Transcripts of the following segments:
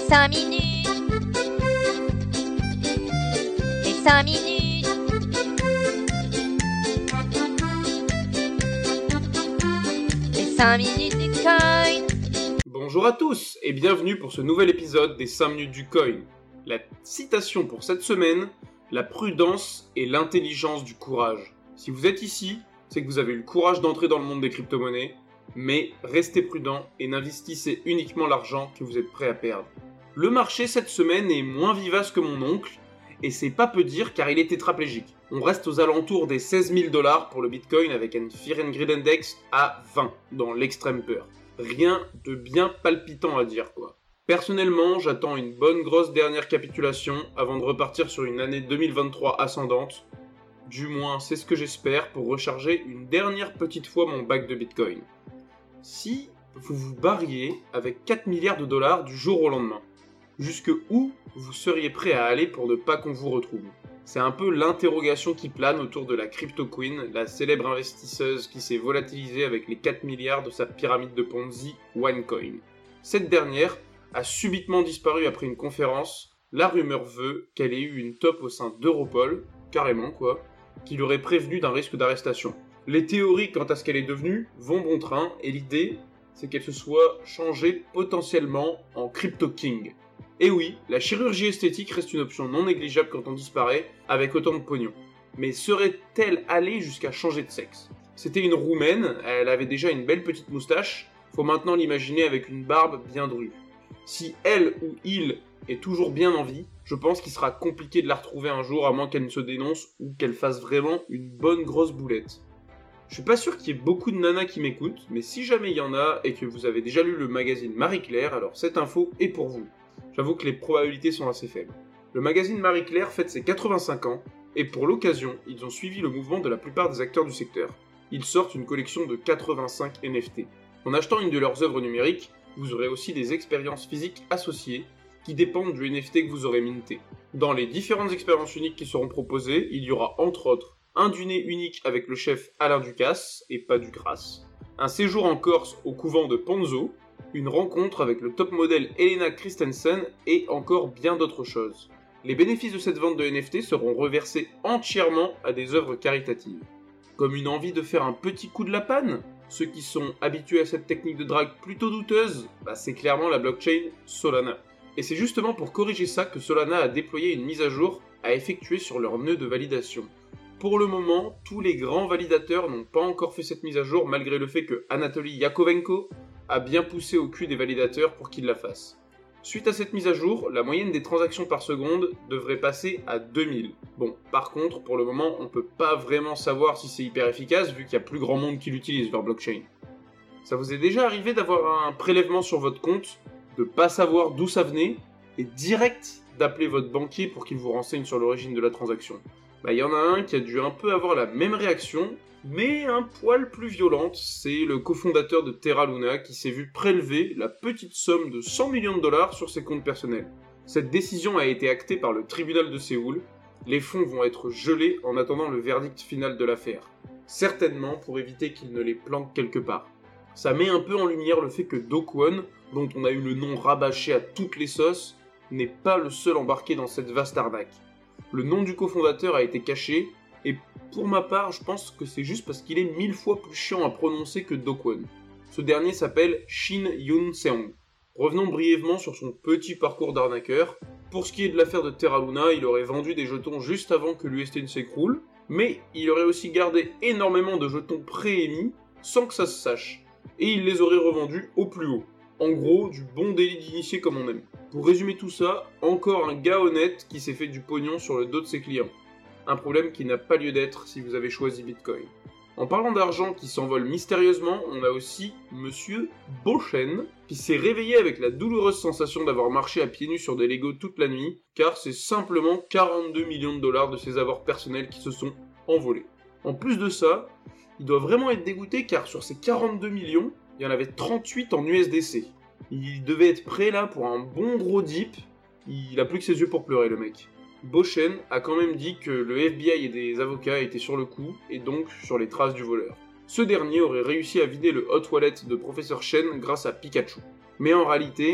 5 minutes. Les 5 minutes. Les 5 minutes du coin. Bonjour à tous et bienvenue pour ce nouvel épisode des 5 minutes du coin. La citation pour cette semaine, la prudence et l'intelligence du courage. Si vous êtes ici, c'est que vous avez eu le courage d'entrer dans le monde des crypto-monnaies, mais restez prudent et n'investissez uniquement l'argent que vous êtes prêt à perdre. Le marché cette semaine est moins vivace que mon oncle, et c'est pas peu dire car il est tétraplégique. On reste aux alentours des 16 000 $ pour le Bitcoin avec un Fear and Greed Index à 20 dans l'extrême peur. Rien de bien palpitant à dire quoi. Personnellement, j'attends une bonne grosse dernière capitulation avant de repartir sur une année 2023 ascendante. Du moins, c'est ce que j'espère pour recharger une dernière petite fois mon bac de Bitcoin. Si vous vous barriez avec 4 milliards de dollars du jour au lendemain, jusque où vous seriez prêt à aller pour ne pas qu'on vous retrouve? C'est un peu l'interrogation qui plane autour de la Crypto Queen, la célèbre investisseuse qui s'est volatilisée avec les 4 milliards de sa pyramide de Ponzi OneCoin. Cette dernière a subitement disparu après une conférence. La rumeur veut qu'elle ait eu une top au sein d'Europol, carrément quoi, qui l'aurait prévenu d'un risque d'arrestation. Les théories quant à ce qu'elle est devenue vont bon train, et l'idée, c'est qu'elle se soit changée potentiellement en Crypto King. Et oui, la chirurgie esthétique reste une option non négligeable quand on disparaît avec autant de pognon. Mais serait-elle allée jusqu'à changer de sexe? C'était une roumaine, elle avait déjà une belle petite moustache, faut maintenant l'imaginer avec une barbe bien drue. Si elle ou il est toujours bien en vie, je pense qu'il sera compliqué de la retrouver un jour à moins qu'elle ne se dénonce ou qu'elle fasse vraiment une bonne grosse boulette. Je suis pas sûr qu'il y ait beaucoup de nanas qui m'écoutent, mais si jamais il y en a et que vous avez déjà lu le magazine Marie-Claire, alors cette info est pour vous. J'avoue que les probabilités sont assez faibles. Le magazine Marie-Claire fête ses 85 ans, et pour l'occasion, ils ont suivi le mouvement de la plupart des acteurs du secteur. Ils sortent une collection de 85 NFT. En achetant une de leurs œuvres numériques, vous aurez aussi des expériences physiques associées qui dépendent du NFT que vous aurez minté. Dans les différentes expériences uniques qui seront proposées, il y aura entre autres un dîner unique avec le chef Alain Ducasse, et pas Ducras, un séjour en Corse au couvent de Ponzo, une rencontre avec le top modèle Helena Christensen et encore bien d'autres choses. Les bénéfices de cette vente de NFT seront reversés entièrement à des œuvres caritatives. Comme une envie de faire un petit coup de la panne? Ceux qui sont habitués à cette technique de drague plutôt douteuse, c'est clairement la blockchain Solana. Et c'est justement pour corriger ça que Solana a déployé une mise à jour à effectuer sur leur nœud de validation. Pour le moment, tous les grands validateurs n'ont pas encore fait cette mise à jour malgré le fait que Anatoly Yakovenko a bien poussé au cul des validateurs pour qu'ils la fassent. Suite à cette mise à jour, la moyenne des transactions par seconde devrait passer à 2000. Bon, par contre, pour le moment, on peut pas vraiment savoir si c'est hyper efficace vu qu'il y a plus grand monde qui l'utilise leur blockchain. Ça vous est déjà arrivé d'avoir un prélèvement sur votre compte, de pas savoir d'où ça venait, et direct d'appeler votre banquier pour qu'il vous renseigne sur l'origine de la transaction? Il y en a un qui a dû un peu avoir la même réaction, mais un poil plus violente, c'est le cofondateur de Terra Luna qui s'est vu prélever la petite somme de 100 millions de dollars sur ses comptes personnels. Cette décision a été actée par le tribunal de Séoul. Les fonds vont être gelés en attendant le verdict final de l'affaire. Certainement pour éviter qu'il ne les planque quelque part. Ça met un peu en lumière le fait que Do Kwon, dont on a eu le nom rabâché à toutes les sauces, n'est pas le seul embarqué dans cette vaste arnaque. Le nom du cofondateur a été caché, et pour ma part, je pense que c'est juste parce qu'il est 1000 fois plus chiant à prononcer que Do Kwon. Ce dernier s'appelle Shin Yoon-seong. Revenons brièvement sur son petit parcours d'arnaqueur. Pour ce qui est de l'affaire de Terra Luna, il aurait vendu des jetons juste avant que l'UST ne s'écroule, mais il aurait aussi gardé énormément de jetons préémis sans que ça se sache, et il les aurait revendus au plus haut. En gros, du bon délit d'initié comme on aime. Pour résumer tout ça, encore un gars honnête qui s'est fait du pognon sur le dos de ses clients. Un problème qui n'a pas lieu d'être si vous avez choisi Bitcoin. En parlant d'argent qui s'envole mystérieusement, on a aussi Monsieur Beauchesne, qui s'est réveillé avec la douloureuse sensation d'avoir marché à pieds nus sur des Legos toute la nuit, car c'est simplement 42 millions de dollars de ses avoirs personnels qui se sont envolés. En plus de ça, il doit vraiment être dégoûté car sur ces 42 millions, il y en avait 38 en USDC. Il devait être prêt là pour un bon gros dip, il a plus que ses yeux pour pleurer le mec. Beauchesne a quand même dit que le FBI et des avocats étaient sur le coup, et donc sur les traces du voleur. Ce dernier aurait réussi à vider le hot wallet de Professeur Chen grâce à Pikachu. Mais en réalité,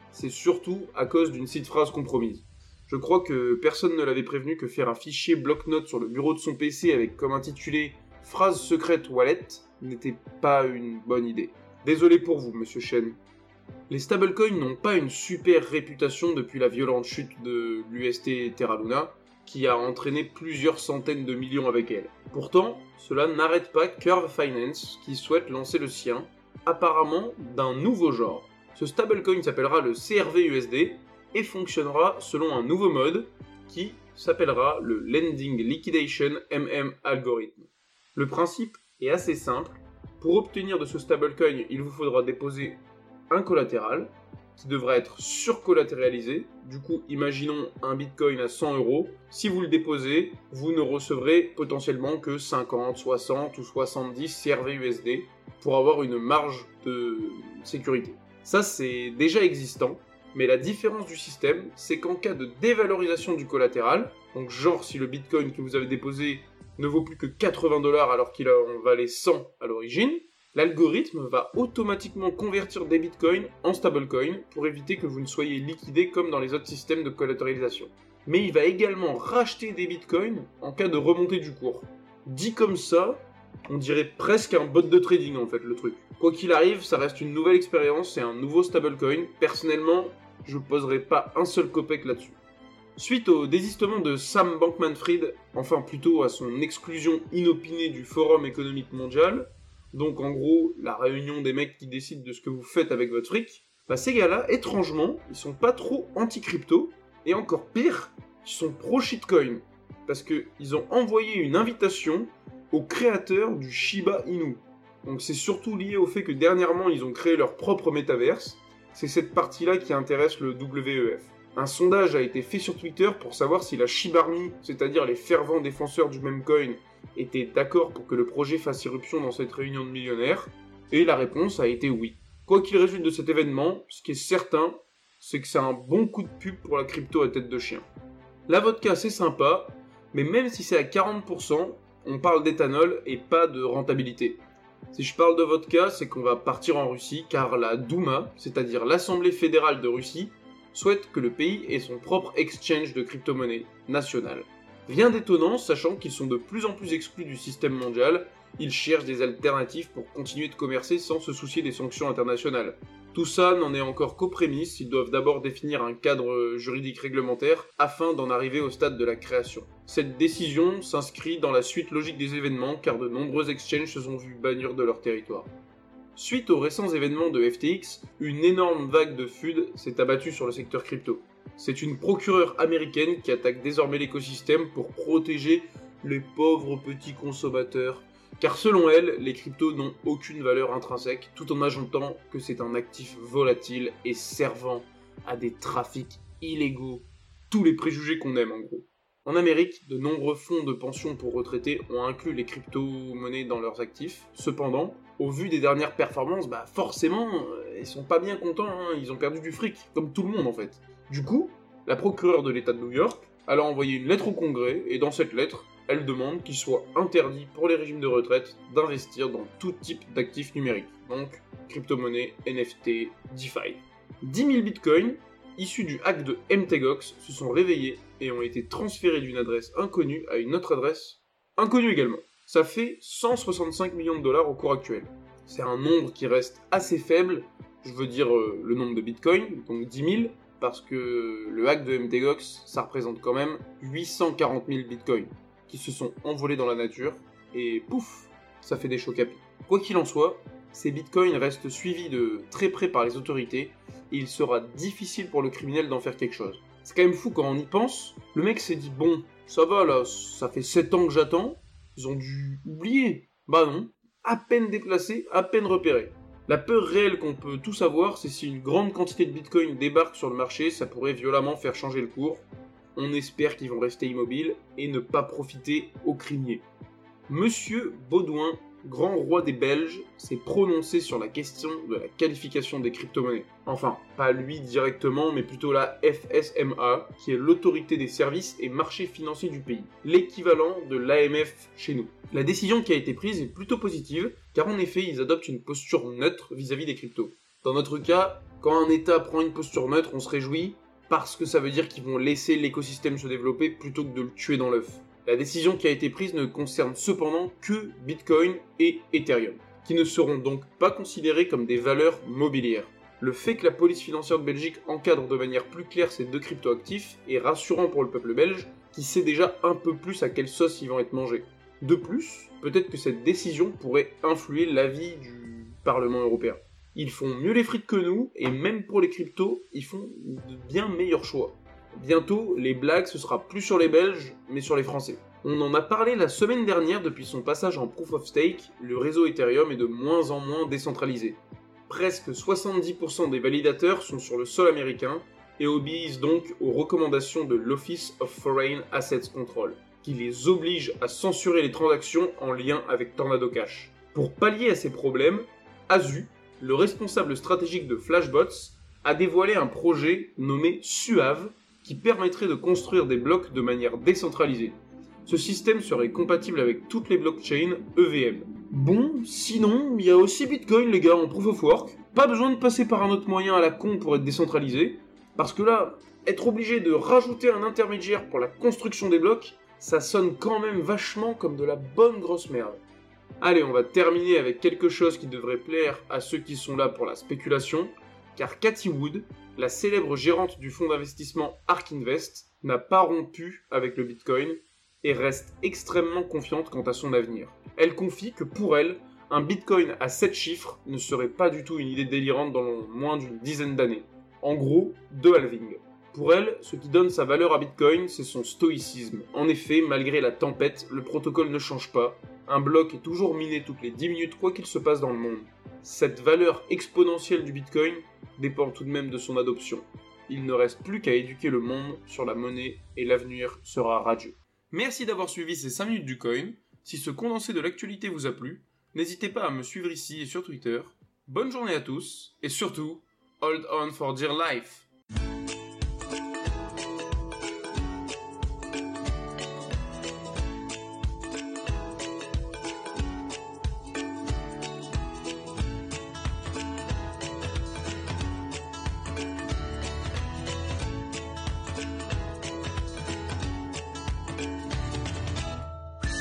c'est surtout à cause d'une petite phrase compromise. Je crois que personne ne l'avait prévenu que faire un fichier bloc-notes sur le bureau de son PC avec comme intitulé « Phrase secrète wallet » n'était pas une bonne idée. Désolé pour vous, monsieur Chen. Les stablecoins n'ont pas une super réputation depuis la violente chute de l'UST Terra Luna, qui a entraîné plusieurs centaines de millions avec elle. Pourtant, cela n'arrête pas Curve Finance, qui souhaite lancer le sien, apparemment d'un nouveau genre. Ce stablecoin s'appellera le CRV-USD et fonctionnera selon un nouveau mode qui s'appellera le Lending Liquidation Algorithm. Le principe est assez simple. Pour obtenir de ce stablecoin, il vous faudra déposer un collatéral qui devra être surcollatéralisé. Du coup, imaginons un bitcoin à 100 €. Si vous le déposez, vous ne recevrez potentiellement que 50, 60 ou 70 CRV-USD pour avoir une marge de sécurité. Ça, c'est déjà existant. Mais la différence du système, c'est qu'en cas de dévalorisation du collatéral, donc genre si le bitcoin que vous avez déposé ne vaut plus que 80 $ alors qu'il en valait 100 à l'origine, l'algorithme va automatiquement convertir des bitcoins en stablecoins pour éviter que vous ne soyez liquidé comme dans les autres systèmes de collatéralisation. Mais il va également racheter des bitcoins en cas de remontée du cours. Dit comme ça, on dirait presque un bot de trading en fait le truc. Quoi qu'il arrive, ça reste une nouvelle expérience et un nouveau stablecoin. Personnellement, je poserai pas un seul copec là-dessus. Suite au désistement de Sam Bankman-Fried, enfin plutôt à son exclusion inopinée du Forum économique mondial, donc en gros la réunion des mecs qui décident de ce que vous faites avec votre fric, bah ces gars-là, étrangement, ils sont pas trop anti-crypto, et encore pire, ils sont pro-shitcoin, parce qu'ils ont envoyé une invitation aux créateurs du Shiba Inu. Donc c'est surtout lié au fait que dernièrement ils ont créé leur propre métaverse. C'est cette partie-là qui intéresse le WEF. Un sondage a été fait sur Twitter pour savoir si la Shiba Army, c'est-à-dire les fervents défenseurs du même coin, étaient d'accord pour que le projet fasse irruption dans cette réunion de millionnaires, et la réponse a été oui. Quoi qu'il résulte de cet événement, ce qui est certain, c'est que c'est un bon coup de pub pour la crypto à tête de chien. La vodka c'est sympa, mais même si c'est à 40%, on parle d'éthanol et pas de rentabilité. Si je parle de vodka, c'est qu'on va partir en Russie, car la Douma, c'est-à-dire l'Assemblée fédérale de Russie, souhaite que le pays ait son propre exchange de crypto-monnaie nationale. Rien d'étonnant, sachant qu'ils sont de plus en plus exclus du système mondial, ils cherchent des alternatives pour continuer de commercer sans se soucier des sanctions internationales. Tout ça n'en est encore qu'aux prémices, ils doivent d'abord définir un cadre juridique réglementaire afin d'en arriver au stade de la création. Cette décision s'inscrit dans la suite logique des événements car de nombreux exchanges se sont vus bannir de leur territoire. Suite aux récents événements de FTX, une énorme vague de FUD s'est abattue sur le secteur crypto. C'est une procureure américaine qui attaque désormais l'écosystème pour protéger les pauvres petits consommateurs. Car selon elle, les cryptos n'ont aucune valeur intrinsèque, tout en ajoutant que c'est un actif volatile et servant à des trafics illégaux. Tous les préjugés qu'on aime en gros. En Amérique, de nombreux fonds de pension pour retraités ont inclus les crypto-monnaies dans leurs actifs. Cependant, au vu des dernières performances, forcément, ils sont pas bien contents, ils ont perdu du fric, comme tout le monde en fait. Du coup, la procureure de l'État de New York, elle a envoyé une lettre au Congrès, et dans cette lettre, elle demande qu'il soit interdit pour les régimes de retraite d'investir dans tout type d'actifs numériques, donc crypto-monnaies, NFT, DeFi. 10 000 bitcoins, issus du hack de MTGOX, se sont réveillés et ont été transférés d'une adresse inconnue à une autre adresse inconnue également. Ça fait 165 millions de dollars au cours actuel. C'est un nombre qui reste assez faible, je veux dire le nombre de bitcoins, donc 10 000, parce que le hack de MTGOX, ça représente quand même 840 000 bitcoins qui se sont envolés dans la nature, et pouf, ça fait des chocs à pic. Quoi qu'il en soit, ces bitcoins restent suivis de très près par les autorités, et il sera difficile pour le criminel d'en faire quelque chose. C'est quand même fou quand on y pense, le mec s'est dit bon, ça va là, ça fait 7 ans que j'attends, ils ont dû oublier. Bah non, à peine déplacé, à peine repéré. La peur réelle qu'on peut tous avoir, c'est si une grande quantité de bitcoin débarque sur le marché, ça pourrait violemment faire changer le cours. On espère qu'ils vont rester immobiles et ne pas profiter aux crimiers. Monsieur Baudouin, grand roi des Belges, s'est prononcé sur la question de la qualification des crypto-monnaies. Enfin, pas lui directement, mais plutôt la FSMA, qui est l'autorité des services et marchés financiers du pays, l'équivalent de l'AMF chez nous. La décision qui a été prise est plutôt positive, car en effet, ils adoptent une posture neutre vis-à-vis des cryptos. Dans notre cas, Quand un État prend une posture neutre, on se réjouit parce que ça veut dire qu'ils vont laisser l'écosystème se développer plutôt que de le tuer dans l'œuf. La décision qui a été prise ne concerne cependant que Bitcoin et Ethereum, qui ne seront donc pas considérés comme des valeurs mobilières. Le fait que la police financière de Belgique encadre de manière plus claire ces deux cryptoactifs est rassurant pour le peuple belge, qui sait déjà un peu plus à quelle sauce ils vont être mangés. De plus, peut-être que cette décision pourrait influer l'avis du Parlement européen. Ils font mieux les frites que nous, et même pour les cryptos, ils font de bien meilleurs choix. Bientôt, les blagues, ce sera plus sur les Belges, mais sur les Français. On en a parlé la semaine dernière depuis son passage en Proof of Stake, le réseau Ethereum est de moins en moins décentralisé. Presque 70% des validateurs sont sur le sol américain et obéissent donc aux recommandations de l'Office of Foreign Assets Control, qui les oblige à censurer les transactions en lien avec Tornado Cash. Pour pallier à ces problèmes, Azu, le responsable stratégique de Flashbots, a dévoilé un projet nommé Suave qui permettrait de construire des blocs de manière décentralisée. Ce système serait compatible avec toutes les blockchains EVM. Bon, sinon, il y a aussi Bitcoin les gars en Proof of Work. Pas besoin de passer par un autre moyen à la con pour être décentralisé, parce que là, être obligé de rajouter un intermédiaire pour la construction des blocs, ça sonne quand même vachement comme de la bonne grosse merde. Allez, on va terminer avec quelque chose qui devrait plaire à ceux qui sont là pour la spéculation, car Cathie Wood, la célèbre gérante du fonds d'investissement ARK Invest, n'a pas rompu avec le Bitcoin et reste extrêmement confiante quant à son avenir. Elle confie que pour elle, un Bitcoin à 7 chiffres ne serait pas du tout une idée délirante dans moins d'une dizaine d'années. En gros, 2 halvings. Pour elle, ce qui donne sa valeur à Bitcoin, c'est son stoïcisme. En effet, malgré la tempête, le protocole ne change pas. Un bloc est toujours miné toutes les 10 minutes quoi qu'il se passe dans le monde. Cette valeur exponentielle du Bitcoin dépend tout de même de son adoption. Il ne reste plus qu'à éduquer le monde sur la monnaie et l'avenir sera radieux. Merci d'avoir suivi ces 5 minutes du coin. Si ce condensé de l'actualité vous a plu, n'hésitez pas à me suivre ici et sur Twitter. Bonne journée à tous, et surtout, hold on for dear life!